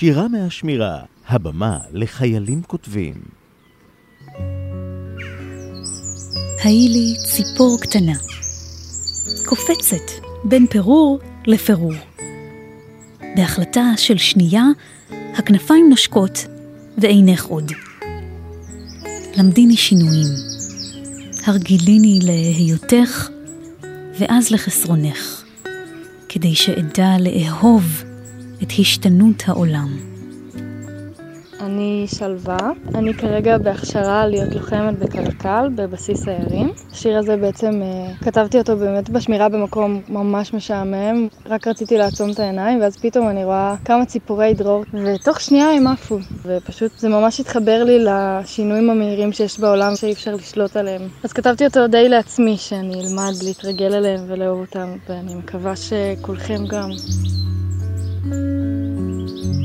שירה מהשמירה, הבמה לחיילים כותבים. היי לי ציפור קטנה, קופצת בין פירור לפירור. בהחלטה של שנייה, הכנפיים נושקות ואינך עוד. למדיני שינויים, הרגיליני להיותך ואז לחסרונך, כדי שאדע לאהוב את השתנות העולם. אני שלווה, אני כרגע בהכשרה להיות לוחמת בקלקל בבסיס הירים. השיר הזה בעצם כתבתי אותו באמת בשמירה במקום ממש משעמם, רק רציתי לעצום את העיניים ואז פתאום אני רואה כמה ציפורי דרור ותוך שנייה הם עפו, ופשוט זה ממש התחבר לי לשינויים המהירים שיש בעולם שאי אפשר לשלוט עליהם. אז כתבתי אותו די לעצמי שאני אלמד להתרגל אליהם ולאהוב אותם, ואני מקווה שכולכם גם.